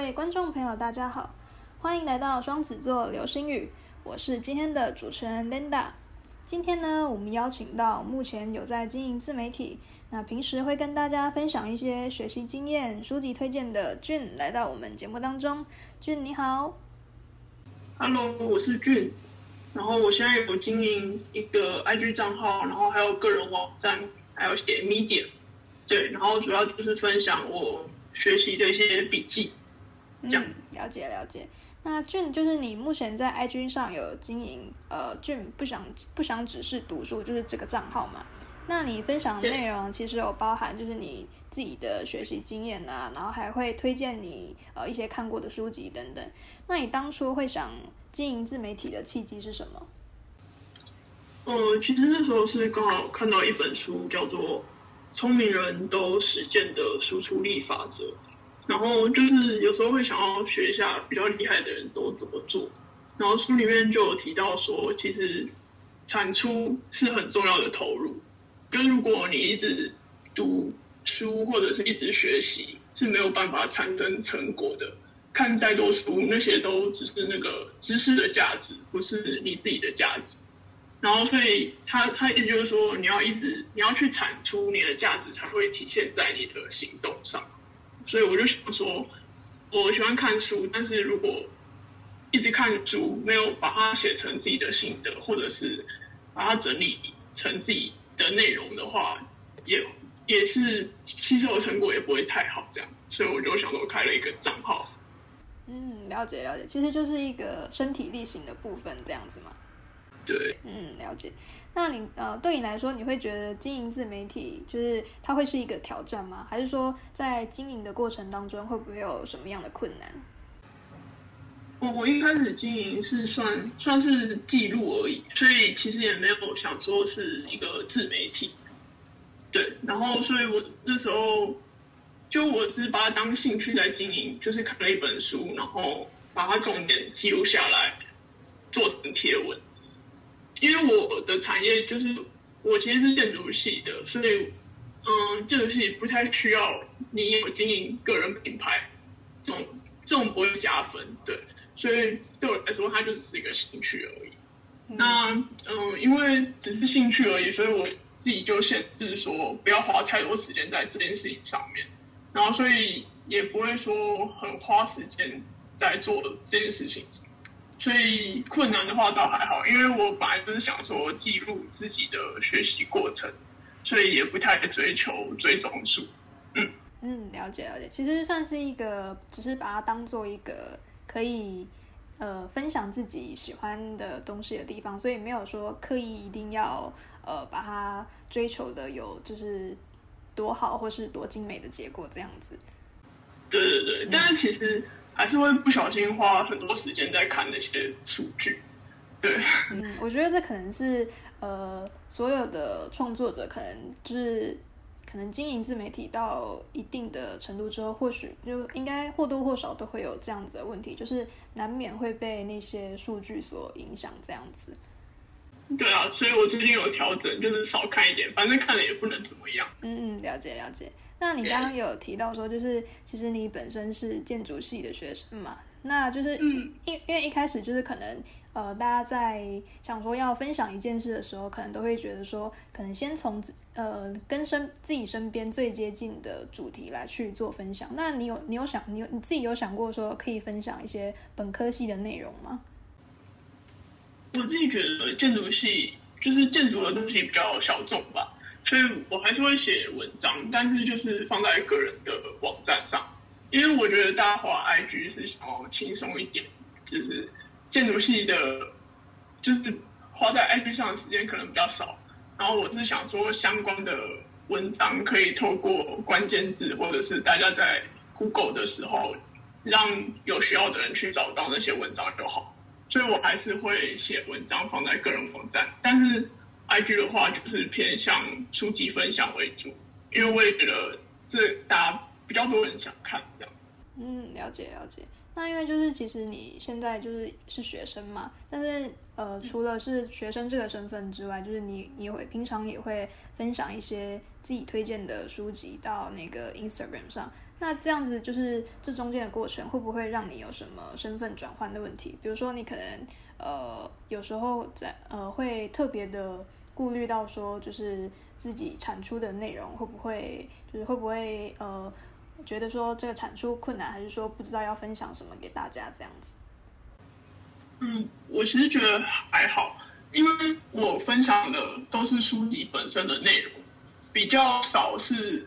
位观众朋友，大家好，欢迎来到双子座流星雨，我是今天的主持人 Linda。今天呢，我们邀请到目前有在经营自媒体，那平时会跟大家分享一些学习经验、书籍推荐的俊来到我们节目当中。俊你好。 Hello， 我是俊，然后我现在有经营一个 IG 账号，然后还有个人网站，还有写 Medium， 对，然后主要就是分享我学习的一些笔记，这样。 了解。那俊就是你目前在 IG 上有经营，俊不想只是读书，就是这个账号嘛。那你分享的内容其实有包含就是你自己的学习经验啊，然后还会推荐你一些看过的书籍等等。那你当初会想经营自媒体的契机是什么？ 其实那时候是刚好看到一本书，叫做《聪明人都实践的输出力法则》，然后就是有时候会想要学一下比较厉害的人都怎么做，然后书里面就有提到说，其实产出是很重要的投入。就如果你一直读书或者是一直学习，是没有办法产生成果的。看再多书，那些都只是那个知识的价值，不是你自己的价值。然后所以他意思就是说，你要去产出你的价值，才会体现在你的行动上。所以我就想说，我喜欢看书，但是如果一直看书，没有把它写成自己的心得，或者是把它整理成自己的内容的话，也是吸收的成果也不会太好，这样，所以我就想说开了一个账号。 了解，其实就是一个身体力行的部分，这样子嘛。 对， 了解。那你对你来说，你会觉得经营自媒体就是它会是一个挑战吗？还是说在经营的过程当中会不会有什么样的困难？ 我一开始经营是算是记录而已，所以其实也没有想说是一个自媒体。对，然后所以我那时候我只是把它当兴趣在经营，就是看了一本书，然后把它重点记录下来，做成贴文。因为我的产业就是我其实是建筑系的，所以建筑系不太需要你有经营个人品牌，这种不会加分，对。所以对我来说，它就只是一个兴趣而已。那因为只是兴趣而已，所以我自己就限制说不要花太多时间在这件事情上面，然后所以也不会说很花时间在做这件事情。所以困难的话倒还好，因为我本来就是想说记录自己的学习过程，所以也不太追求追踪数。 了解。其实算是一个，只是把它当做一个可以分享自己喜欢的东西的地方，所以没有说刻意一定要把它追求的有就是多好或是多精美的结果这样子。 对，但是其实还是会不小心花很多时间在看那些数据。对， 我觉得这可能是所有的创作者可能经营自媒体到一定的程度之后，或许就应该或多或少都会有这样子的问题，就是难免会被那些数据所影响这样子。 对啊，所以我最近有调整，就是少看一点，反正看了也不能怎么样。 了解。那你刚刚有提到说，就是其实你本身是建筑系的学生嘛，那就是因为一开始就是可能大家在想说要分享一件事的时候，可能都会觉得说，可能先从跟自己身边最接近的主题来去做分享。那你自己有想过说可以分享一些本科系的内容吗？ 我自己觉得建筑系就是建筑的东西比较小众吧，所以我还是会写文章，但是就是放在个人的网站上，因为我觉得大家滑 IG 是想要轻松一点，就是建筑系的，就是花在 IG 上的时间可能比较少，然后我是想说相关的文章可以透过关键字或者是大家在 Google 的时候，让有需要的人去找到那些文章就好。所以我还是会写文章放在个人网站，但是 IG 的话就是偏向书籍分享为主，因为我也觉得这大家比较多人想看这样。 了解。 那因为就是其实你现在是学生嘛，但是除了是学生这个身份之外，就是你平常也会分享一些自己推荐的书籍到那个 Instagram 上。那这样子就是这中间的过程会不会让你有什么身份转换的问题？比如说你可能有时候会特别的顾虑到说，就是自己产出的内容会不会觉得说这个产出困难，还是说不知道要分享什么给大家这样子？ 我其实觉得还好，因为我分享的都是书籍本身的内容，比较少是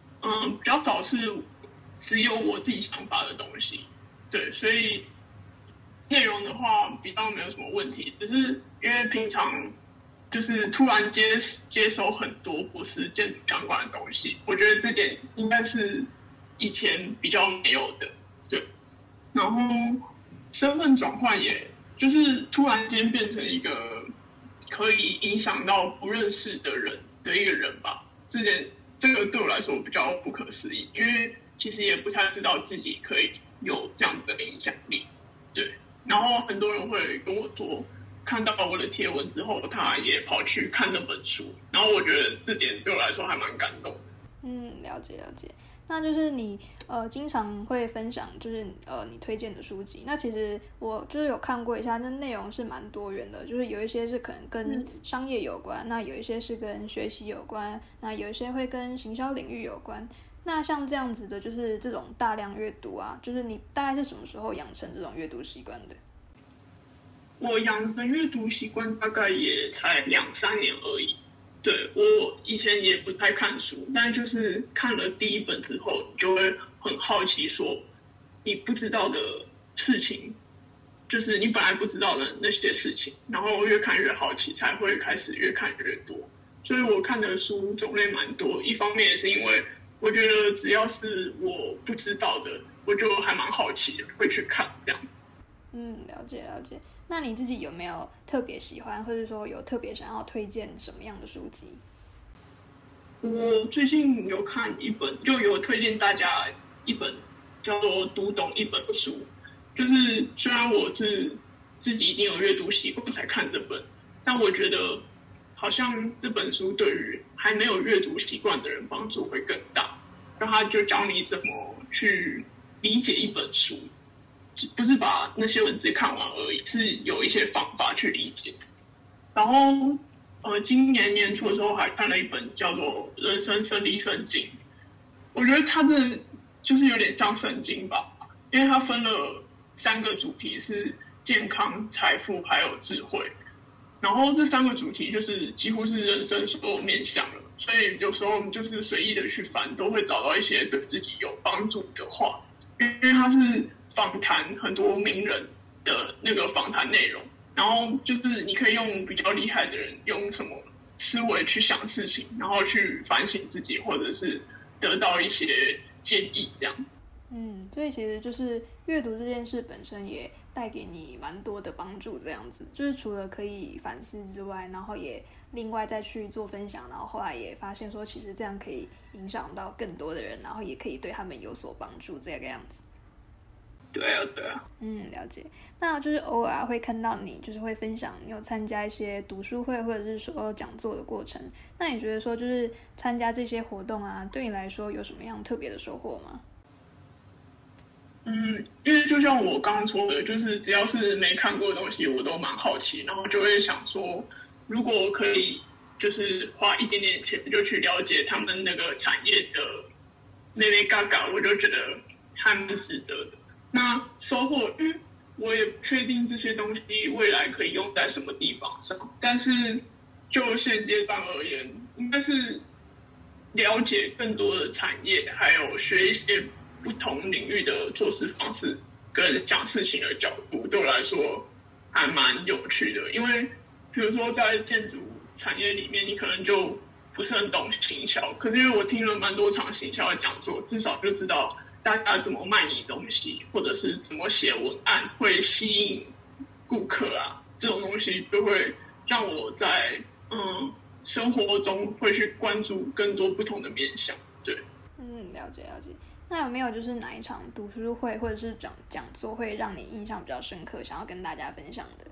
只有我自己想法的东西，对，所以内容的话比较没有什么问题，只是因为平常就是突然接收很多不是建筑相关的东西，我觉得这点应该是以前比较没有的，对。然后身份转换也就是突然间变成一个可以影响到不认识的人的一个人吧，这个对我来说比较不可思议，因为其实也不太知道自己可以有这样的影响力，对。然后很多人会跟我说，看到我的贴文之后，他也跑去看那本书，然后我觉得这点对我来说还蛮感动的。 了解。那就是你经常会分享就是你推荐的书籍，那其实我就是有看过一下，那内容是蛮多元的，就是有一些是可能跟商业有关，那有一些是跟学习有关，那有一些会跟行销领域有关。那像这样子的，就是这种大量阅读啊，就是你大概是什么时候养成这种阅读习惯的？ 我养成阅读习惯大概也才2-3年而已。对，我以前也不太看书，但就是看了第一本之后，你就会很好奇说，你不知道的事情，就是你本来不知道的那些事情，然后越看越好奇，才会开始越看越多。所以我看的书种类蛮多，一方面也是因为我觉得只要是我不知道的，我就还蛮好奇的，会去看这样子。 了解。那你自己有没有特别喜欢，或者说有特别想要推荐什么样的书籍？ 我最近有看一本，就有推荐大家一本叫做《读懂一本书》，就是虽然我是自己已经有阅读习惯才看这本，但我觉得好像这本书对于还没有阅读习惯的人帮助会更大。然后他就教你怎么去理解一本书。不是把那些文字看完而已，是有一些方法去理解。然后今年年初的时候还看了一本叫做《人生胜利圣经》，我觉得它的就是有点像圣经吧，因为它分了3个主题，是健康、财富还有智慧。然后这3个主题就是几乎是人生所有面向了，所以有时候我们就是随意的去翻，都会找到一些对自己有帮助的话，因为它是访谈很多名人的那个访谈内容，然后就是你可以用比较厉害的人用什么思维去想事情，然后去反省自己，或者是得到一些建议这样。 所以其实就是阅读这件事本身也带给你蛮多的帮助，这样子就是除了可以反思之外，然后也另外再去做分享，然后后来也发现说其实这样可以影响到更多的人，然后也可以对他们有所帮助这个样子。 对啊。 了解。那就是偶尔会看到你就是会分享你有参加一些读书会或者是说讲座的过程，那你觉得说就是参加这些活动啊，对你来说有什么样特别的收获吗？ 因为就像我刚刚说的，就是只要是没看过的东西，我都蛮好奇，然后就会想说，如果可以，就是花一点点钱就去了解他们那个产业的妹妹嘎嘎，我就觉得还蛮值得的。那收获，我也不确定这些东西未来可以用在什么地方上，但是就现阶段而言，应该是了解更多的产业，还有学一些不同领域的做事方式跟讲事情的角度，对我来说还蛮有趣的。因为比如说在建筑产业里面，你可能就不是很懂行销，可是因为我听了蛮多场行销的讲座，至少就知道大家怎么卖你东西，或者是怎么写文案会吸引顾客啊，这种东西就会让我在生活中会去关注更多不同的面向。对， 了解。 那有没有就是哪一场读书会或者是讲座会让你印象比较深刻，想要跟大家分享的？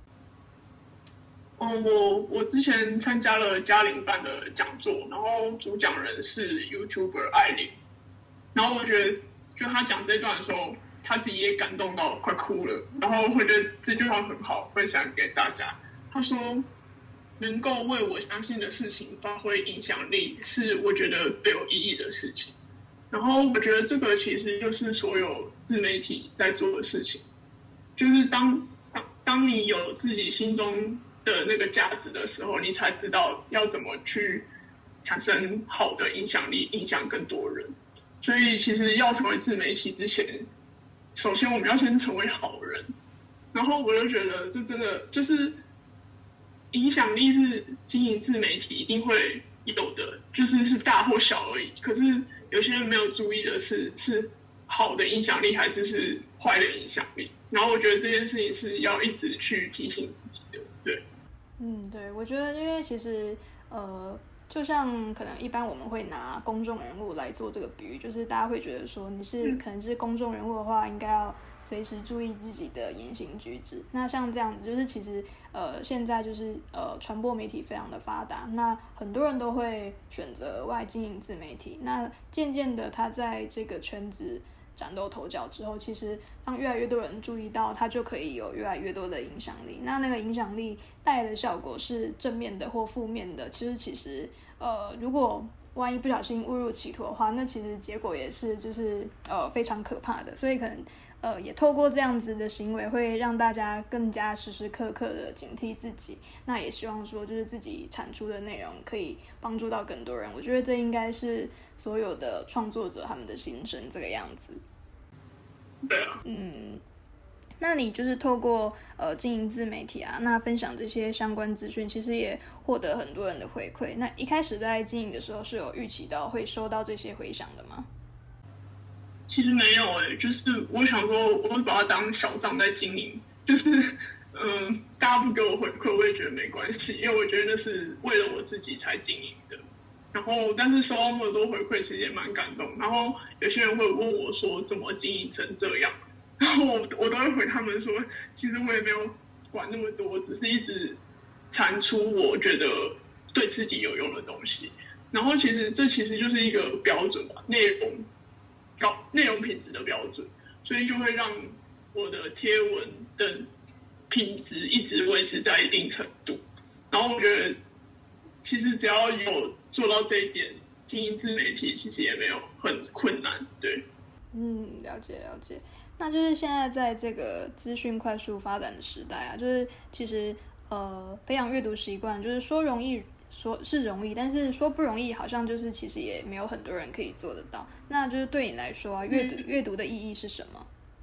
我之前参加了嘉玲办的讲座，然后主讲人是 YouTuber 艾琳，然后我觉得就他讲这段的时候，他自己也感动到快哭了，然后我觉得这句话很好，分享给大家。他说，能够为我相信的事情发挥影响力，是我觉得最有意义的事情。然后我觉得这个其实就是所有自媒体在做的事情，就是当你有自己心中的那个价值的时候，你才知道要怎么去产生好的影响力，影响更多人。所以其实要成为自媒体之前，首先我们要先成为好人。然后我就觉得这真的就是影响力是经营自媒体一定会有的，就是大或小而已。可是有些人没有注意的是好的影响力还是坏的影响力。然后我觉得这件事情是要一直去提醒自己的，对。 对，我觉得因为其实就像可能一般我们会拿公众人物来做这个比喻，就是大家会觉得说你可能是公众人物的话，应该要随时注意自己的言行举止。那像这样子，就是其实现在就是传播媒体非常的发达，那很多人都会选择额外经营自媒体。那渐渐的，他在这个圈子崭露头角之后，其实当越来越多人注意到，它就可以有越来越多的影响力。那个影响力带来的效果是正面的或负面的，其实如果万一不小心误入歧途的话，那其实结果也是就是非常可怕的。所以可能也透过这样子的行为，会让大家更加时时刻刻的警惕自己。那也希望说，就是自己产出的内容可以帮助到更多人。我觉得这应该是所有的创作者他们的心声这个样子。 对啊。 那你就是透过经营自媒体啊，那分享这些相关资讯，其实也获得很多人的回馈。那一开始在经营的时候，是有预期到会收到这些回响的吗？ 其实没有就是我想说，我会把它当小账在经营，就是大家不给我回馈，我也觉得没关系，因为我觉得那是为了我自己才经营的。然后，但是收到那么多回馈，其实也蛮感动。然后有些人会问我说，怎么经营成这样？然后我都会回他们说，其实我也没有管那么多，只是一直产出我觉得对自己有用的东西。然后这其实就是一个标准吧，内容品质的标准，所以就会让我的贴文的品质一直维持在一定程度。然后我觉得，其实只要有做到这一点，经营自媒体其实也没有很困难，对。 了解。那就是现在在这个资讯快速发展的时代啊，就是其实培养阅读习惯，就是说容易说是容易，但是说不容易，好像就是其实也没有很多人可以做得到。那就是对你来说啊，阅读的意义是什么？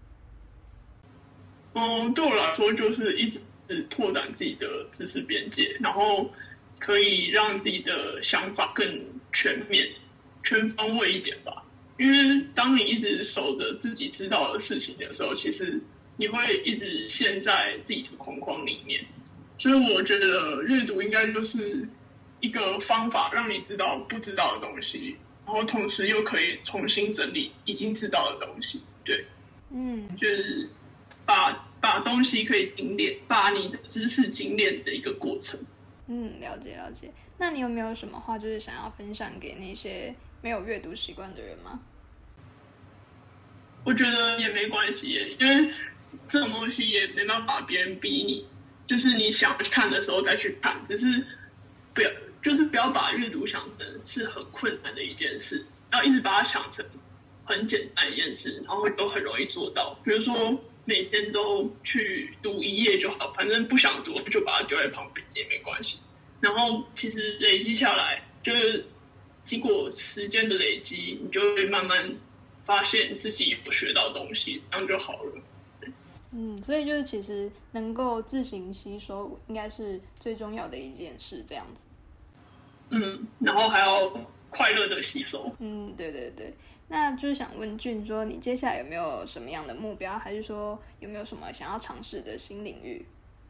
对我来说就是一直拓展自己的知识边界，然后可以让自己的想法更全面、全方位一点吧。因为当你一直守着自己知道的事情的时候，其实你会一直陷在自己的框框里面。所以我觉得阅读应该就是一个方法，让你知道不知道的东西，然后同时又可以重新整理已经知道的东西。对，就是把东西可以精炼，把你的知识精炼的一个过程。 了解。那你有没有什么话就是想要分享给那些没有阅读习惯的人吗？ 我觉得也没关系耶，因为这种东西也没办法别人逼你，就是你想看的时候再去看，只是不要把阅读想成是很困难的一件事，要一直把它想成很简单一件事，然后都很容易做到。比如说每天都去读一页就好，反正不想读就把它丢在旁边也没关系。然后其实累积下来，就是经过时间的累积，你就会慢慢发现自己有学到东西，这样就好了。 所以就是其实能够自行吸收，应该是最重要的一件事，这样子。 然后还要快乐的吸收。 对。那就是想问俊说，你接下来有没有什么样的目标，还是说有没有什么想要尝试的新领域？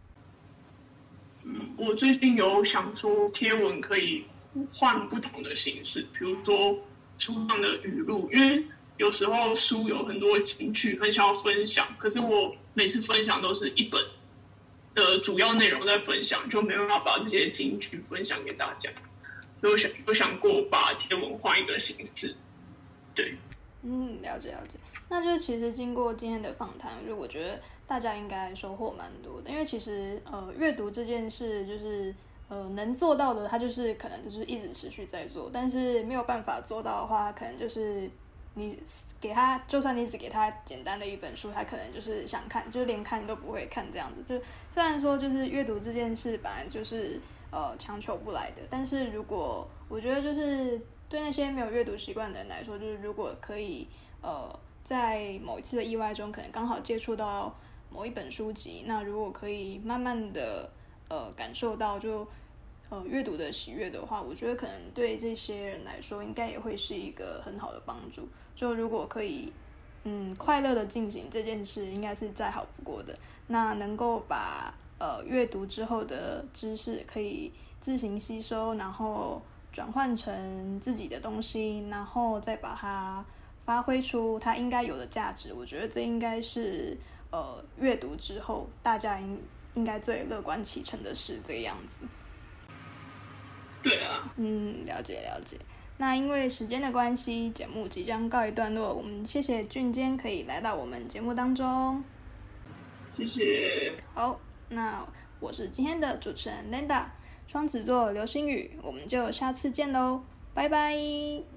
我最近有想说贴文可以换不同的形式，比如说书上的语录，因为有时候书有很多金句，很想要分享，可是我每次分享都是一本的主要内容在分享，就没有办法把这些金句分享给大家。所以我想过把贴文换一个形式，对。 了解了解。那就是其实经过今天的访谈，就我觉得大家应该收获蛮多的，因为其实阅读这件事就是能做到的，它就是可能就是一直持续在做，但是没有办法做到的话，可能就是你给他，就算你只给他简单的一本书，他可能就是想看，就是连看都不会看这样子。就虽然说就是阅读这件事本来就是强求不来的，但是如果我觉得就是对那些没有阅读习惯的人来说，就是如果可以在某一次的意外中，可能刚好接触到某一本书籍，那如果可以慢慢的感受到就阅读的喜悦的话，我觉得可能对这些人来说，应该也会是一个很好的帮助。就如果可以快乐的进行这件事，应该是再好不过的。那能够把阅读之后的知识可以自行吸收，然后转换成自己的东西，然后再把它发挥出它应该有的价值，我觉得这应该是阅读之后大家应该最乐观其成的事，这个样子。 对啊。 了解了解。那因为时间的关系，节目即将告一段落，我们谢谢俊坚可以来到我们节目当中。 谢谢。 好，那我是今天的主持人 Linda， 双子座流星雨，我们就下次见喽，拜拜。